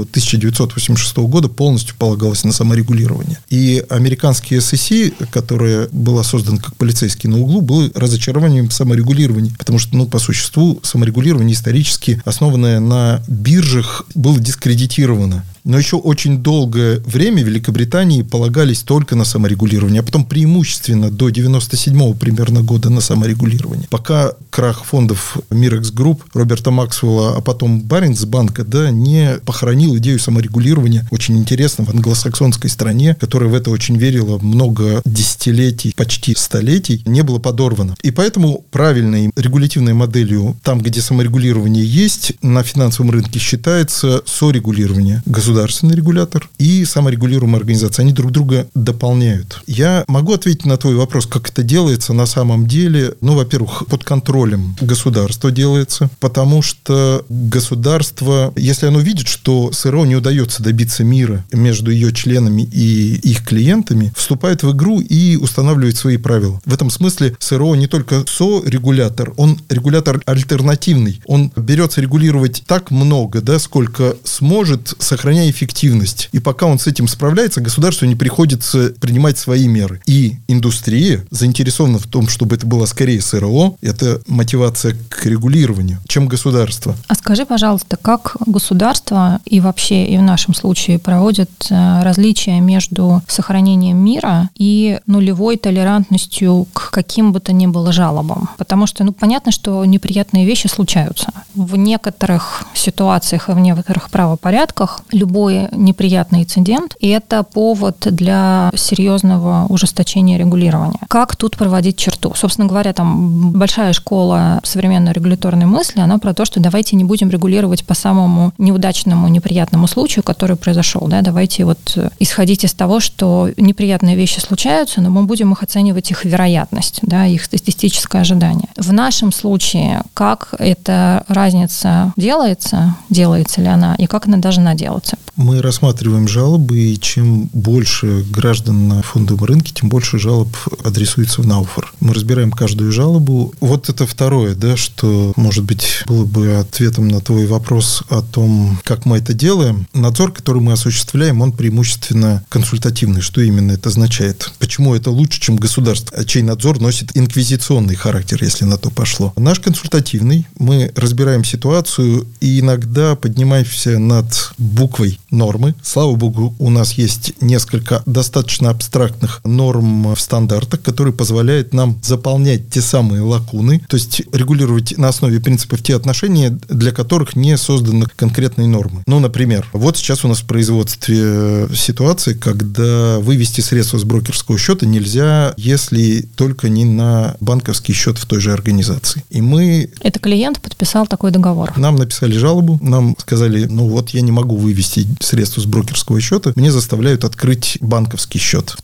1986 года полностью полагалась на саморегулирование. И американский SEC, которая была создана как полицейский на углу, был разочарованием саморегулирования, потому что, по существу, саморегулирование исторически, основанное на биржах, было дискредитировано. Но еще очень долгое время в Великобритании полагались только на саморегулирование, а потом преимущественно до 97-го примерно года на саморегулирование. Пока крах фондов Мирекс Групп, Роберта Максвелла, а потом Баринс-банка, не похоронил идею саморегулирования, очень интересно, в англосаксонской стране, которая в это очень верила много десятилетий, почти столетий, не было подорвано. И поэтому правильной регулятивной моделью, там, где саморегулирование есть, на финансовом рынке считается сорегулирование. Государственный регулятор и саморегулируемая организация. Они друг друга дополняют. Я могу ответить на твой вопрос, как это делается на самом деле. Во-первых, под контролем государства делается, потому что государство, если оно видит, что СРО не удается добиться мира между ее членами и их клиентами, вступает в игру и устанавливает свои правила. В этом смысле СРО не только сорегулятор, он регулятор альтернативный. Он берется регулировать так много, сколько сможет, сохраняя эффективность. И пока он с этим справляется, государству не приходится принимать свои меры. И индустрия заинтересована в том, чтобы это было скорее СРО, это мотивация к регулированию, чем государство. А скажи, пожалуйста, как государство и вообще и в нашем случае проводит различия между сохранением мира и нулевой толерантностью к каким бы то ни было жалобам? Потому что, понятно, что неприятные вещи случаются. В некоторых ситуациях и в некоторых правопорядках любой неприятный инцидент, и это повод для серьезного ужесточения регулирования. Как тут проводить черту? Собственно говоря, там большая школа современной регуляторной мысли, она про то, что давайте не будем регулировать по самому неудачному, неприятному случаю, который произошел. Давайте исходить из того, что неприятные вещи случаются, но мы будем оценивать их вероятность, их статистическое ожидание. В нашем случае, как эта разница делается ли она, и как она должна делаться? Мы рассматриваем жалобы, и чем больше граждан на фондовом рынке, тем больше жалоб адресуется в Naufer. Мы разбираем каждую жалобу. Вот это второе, что, может быть, было бы ответом на твой вопрос о том, как мы это делаем. Надзор, который мы осуществляем, он преимущественно консультативный. Что именно это означает? Почему это лучше, чем государство, чей надзор носит инквизиционный характер, если на то пошло? Наш консультативный. Мы разбираем ситуацию и иногда поднимаемся над буквой нормы. Слава богу, у нас есть несколько достаточно абстрактных норм в стандартах, которые позволяют нам заполнять те самые лакуны, то есть регулировать на основе принципов те отношения, для которых не созданы конкретные нормы. Например, вот сейчас у нас в производстве ситуация, когда вывести средства с брокерского счета нельзя, если только не на банковский счет в той же организации. И мы... Это клиент подписал такой договор. Нам написали жалобу, нам сказали, я не могу вывести средства с брокерского счета, мне заставляют открыть банковский счет.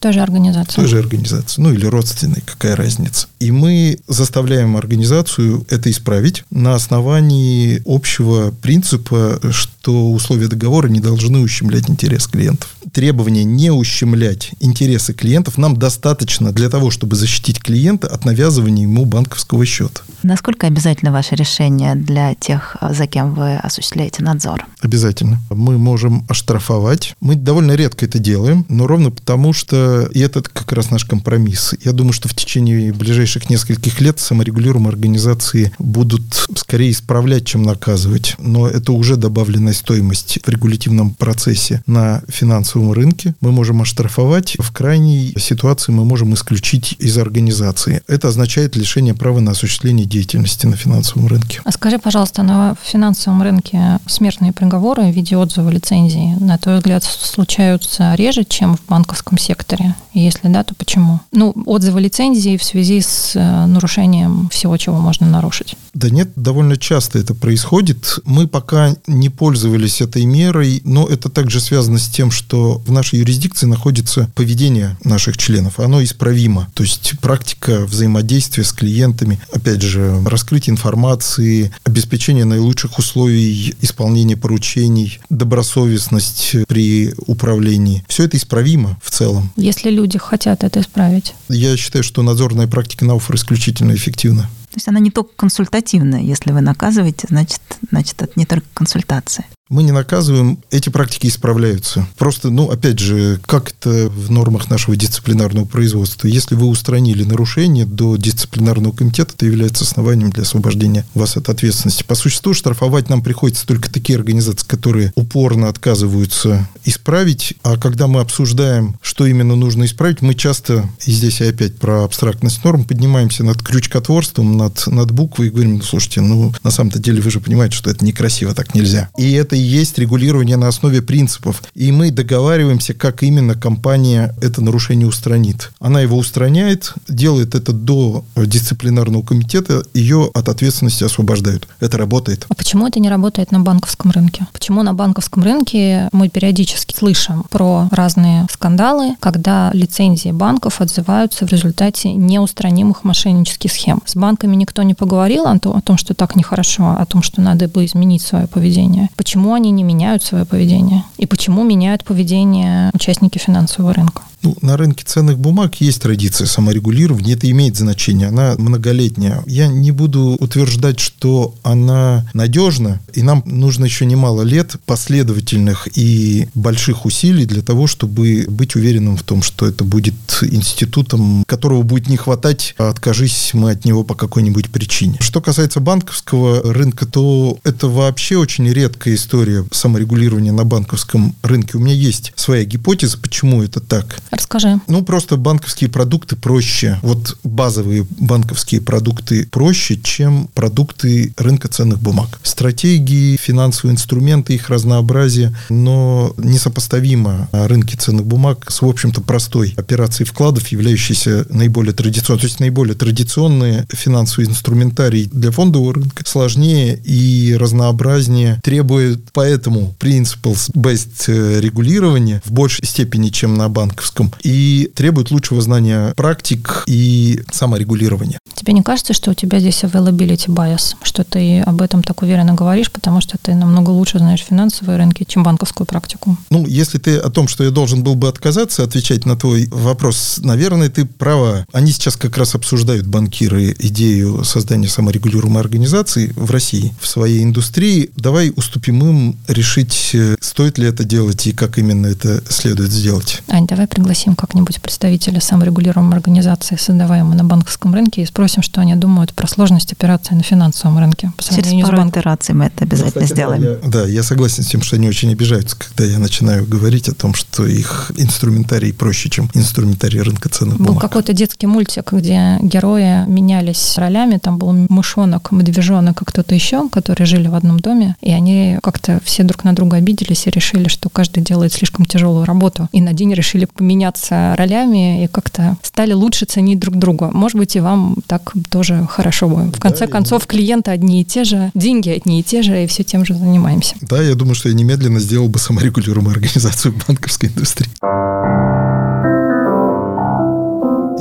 той же организации. Той же организации, ну или родственной, какая разница. И мы заставляем организацию это исправить на основании общего принципа, что условия договора не должны ущемлять интерес клиентов. Требование не ущемлять интересы клиентов нам достаточно для того, чтобы защитить клиента от навязывания ему банковского счета. Насколько обязательно ваше решение для тех, за кем вы осуществляете надзор? Обязательно. Мы можем оштрафовать. Мы довольно редко это делаем, но ровно потому, что и это как раз наш компромисс. Я думаю, что в течение ближайших нескольких лет саморегулируемые организации будут скорее исправлять, чем наказывать. Но это уже добавленная стоимость в регулятивном процессе на финансовом рынке. Мы можем оштрафовать. В крайней ситуации мы можем исключить из организации. Это означает лишение права на осуществление деятельности на финансовом рынке. А скажи, пожалуйста, на финансовом рынке смертные приговоры в виде отзыва лицензии, на твой взгляд, случаются реже, чем в банковском секторе? И если да, то почему? Отзывы лицензии в связи с нарушением всего, чего можно нарушить. Да нет, довольно часто это происходит. Мы пока не пользовались этой мерой, но это также связано с тем, что в нашей юрисдикции находится поведение наших членов. Оно исправимо. То есть практика взаимодействия с клиентами, опять же, раскрытие информации, обеспечение наилучших условий исполнения поручений, добросовестность при управлении. Все это исправимо в целом. Если люди хотят это исправить. Я считаю, что надзорная практика НАУФР исключительно эффективна. То есть она не только консультативная. Если вы наказываете, значит это не только консультация. Мы не наказываем, эти практики исправляются. Просто, опять же, как это в нормах нашего дисциплинарного производства. Если вы устранили нарушение до дисциплинарного комитета, это является основанием для освобождения вас от ответственности. По существу штрафовать нам приходится только такие организации, которые упорно отказываются исправить. А когда мы обсуждаем, что именно нужно исправить, мы часто, и здесь я опять про абстрактность норм, поднимаемся над крючкотворством, над буквой и говорим, слушайте, на самом-то деле вы же понимаете, что это некрасиво, так нельзя. И это и есть регулирование на основе принципов. И мы договариваемся, как именно компания это нарушение устранит. Она его устраняет, делает это до дисциплинарного комитета, ее от ответственности освобождают. Это работает. А почему это не работает на банковском рынке? Почему на банковском рынке мы периодически слышим про разные скандалы, когда лицензии банков отзываются в результате неустранимых мошеннических схем? С банками никто не поговорил о том, что так нехорошо, о том, что надо бы изменить свое поведение. Почему они не меняют свое поведение? И почему меняют поведение участники финансового рынка? На рынке ценных бумаг есть традиция саморегулирования, это имеет значение, она многолетняя. Я не буду утверждать, что она надежна, и нам нужно еще немало лет последовательных и больших усилий для того, чтобы быть уверенным в том, что это будет институтом, которого будет не хватать, а откажись мы от него по какой-нибудь причине. Что касается банковского рынка, то это вообще очень редкая история саморегулирования на банковском рынке. У меня есть своя гипотеза, почему это так. Расскажи. Просто банковские продукты проще. Базовые банковские продукты проще, чем продукты рынка ценных бумаг. Стратегии, финансовые инструменты, их разнообразие, но несопоставимо на рынке ценных бумаг с, в общем-то, простой операцией вкладов, являющейся наиболее традиционной. То есть наиболее традиционные финансовые инструментарии для фондового рынка сложнее и разнообразнее, требует поэтому principles-based регулирования в большей степени, чем на банковском, и требует лучшего знания практик и саморегулирования. Тебе не кажется, что у тебя здесь availability bias, что ты об этом так уверенно говоришь, потому что ты намного лучше знаешь финансовые рынки, чем банковскую практику? Если ты о том, что я должен был бы отказаться отвечать на твой вопрос, наверное, ты права. Они сейчас как раз обсуждают, банкиры, идею создания саморегулируемой организации в России, в своей индустрии. Давай уступим им решить, стоит ли это делать и как именно это следует сделать. Ань, давай пригласим как-нибудь представителя саморегулируемой организации, создаваемой на банковском рынке, и спросим, что они думают про сложность операции на финансовом рынке. Через пару итераций мы это обязательно сделаем. Я согласен с тем, что они очень обижаются, когда я начинаю говорить о том, что их инструментарий проще, чем инструментарий рынка ценных бумаг. Был какой-то детский мультик, где герои менялись ролями. Там был мышонок, медвежонок и кто-то еще, которые жили в одном доме, и они как-то все друг на друга обиделись и решили, что каждый делает слишком тяжелую работу. И на день решили поменяться ролями и как-то стали лучше ценить друг друга. Может быть, и вам так тоже хорошо будет. В конце концов, клиенты одни и те же, деньги одни и те же, и все тем же занимаемся. Да, я думаю, что я немедленно сделал бы саморегулируемую организацию банковской индустрии.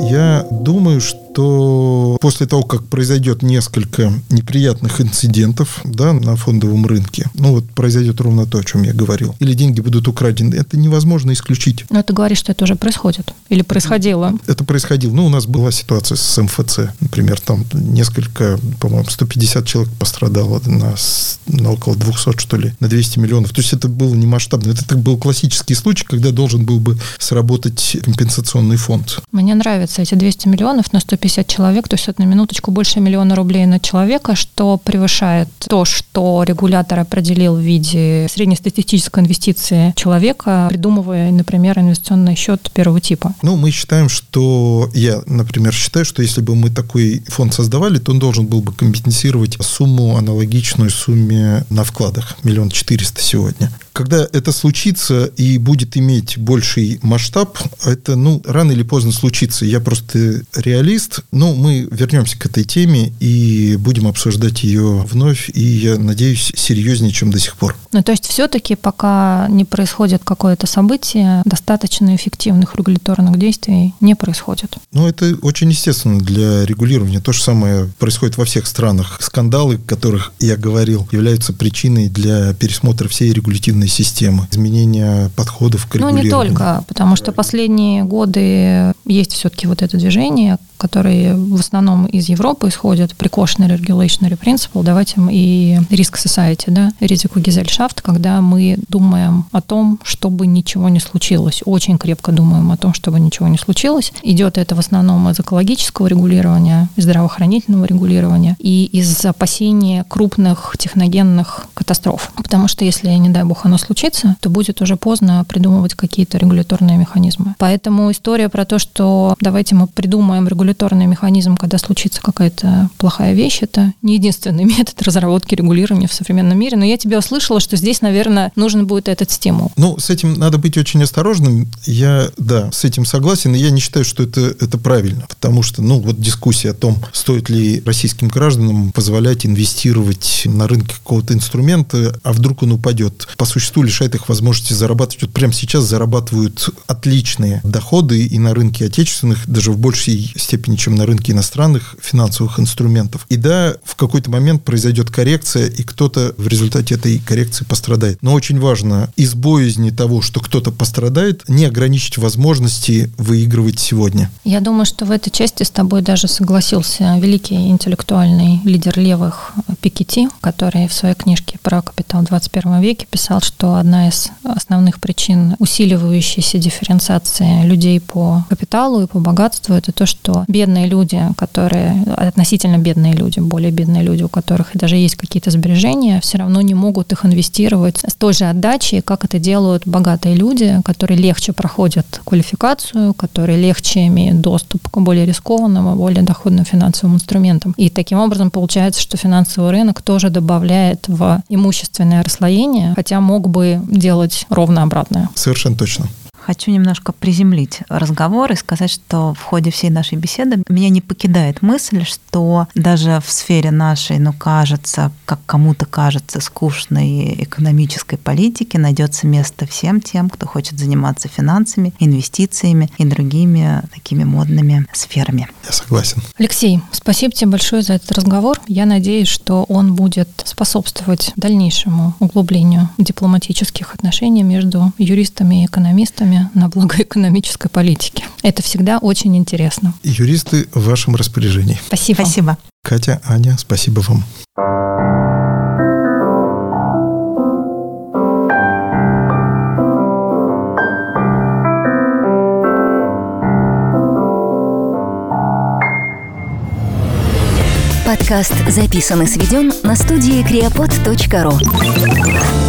Я думаю, что после того, как произойдет несколько неприятных инцидентов, да, на фондовом рынке, произойдет ровно то, о чем я говорил, или деньги будут украдены, это невозможно исключить. Но ты говоришь, что это уже происходит? Или происходило? Это происходило. У нас была ситуация с МФЦ, например, там несколько, по-моему, 150 человек пострадало на около 200, что ли, на 200 миллионов. То есть это было не масштабно. Это был классический случай, когда должен был бы сработать компенсационный фонд. Мне нравятся эти 200 миллионов на 150 человек, то есть это на минуточку больше 1 миллиона рублей на человека, что превышает то, что регулятор определил в виде среднестатистической инвестиции человека, придумывая, например, инвестиционный счет первого типа. Мы считаем, я, например, считаю, что если бы мы такой фонд создавали, то он должен был бы компенсировать сумму, аналогичную сумме на вкладах, 1 400 000 сегодня. Когда это случится и будет иметь больший масштаб, это, рано или поздно случится. Я просто реалист, но мы вернемся к этой теме и будем обсуждать ее вновь, и, я надеюсь, серьезнее, чем до сих пор. То есть все-таки пока не происходит какое-то событие, достаточно эффективных регуляторных действий не происходит. Это очень естественно для регулирования. То же самое происходит во всех странах. Скандалы, о которых я говорил, являются причиной для пересмотра всей регулятивной системы, изменения подходов к регулированию. Не только, потому что последние годы есть все-таки вот это движение, которые в основном из Европы исходят, precautionary regulatory principle, давайте и risk society, да, Risikogesellschaft, когда мы думаем о том, чтобы ничего не случилось, очень крепко думаем о том, чтобы ничего не случилось. Идет это в основном из экологического регулирования, из здравоохранительного регулирования и из опасения крупных техногенных катастроф. Потому что если, не дай бог, оно случится, то будет уже поздно придумывать какие-то регуляторные механизмы. Поэтому история про то, что давайте мы придумаем регуляторный механизм, когда случится какая-то плохая вещь, это не единственный метод разработки регулирования в современном мире. Но я тебя услышала, что здесь, наверное, нужен будет этот стимул. С этим надо быть очень осторожным. Я, с этим согласен, и я не считаю, что это правильно, потому что, дискуссия о том, стоит ли российским гражданам позволять инвестировать на рынке какого-то инструмента, а вдруг он упадет, по существу лишает их возможности зарабатывать. Вот прямо сейчас зарабатывают отличные доходы и на рынке отечественных, даже в большей степени, чем на рынке иностранных финансовых инструментов. И в какой-то момент произойдет коррекция, и кто-то в результате этой коррекции пострадает. Но очень важно из боязни того, что кто-то пострадает, не ограничить возможности выигрывать сегодня. Я думаю, что в этой части с тобой даже согласился великий интеллектуальный лидер левых Piketty, который в своей книжке про капитал в 21 веке писал, что одна из основных причин усиливающейся дифференциации людей по капиталу и по богатству — это то, что бедные люди, относительно бедные люди, более бедные люди, у которых даже есть какие-то сбережения, все равно не могут их инвестировать с той же отдачей, как это делают богатые люди, которые легче проходят квалификацию, которые легче имеют доступ к более рискованным, более доходным финансовым инструментам. И таким образом получается, что финансовый рынок тоже добавляет в имущественное расслоение, хотя мог бы делать ровно обратное. Совершенно точно. Хочу немножко приземлить разговор и сказать, что в ходе всей нашей беседы меня не покидает мысль, что даже в сфере нашей, кажется, как кому-то кажется, скучной экономической политики найдется место всем тем, кто хочет заниматься финансами, инвестициями и другими такими модными сферами. Я согласен. Алексей, спасибо тебе большое за этот разговор. Я надеюсь, что он будет способствовать дальнейшему углублению дипломатических отношений между юристами и экономистами на благо экономической политики. Это всегда очень интересно. Юристы в вашем распоряжении. Спасибо. Спасибо. Катя, Аня, спасибо вам. Подкаст записан и сведен на студии creapod.ru.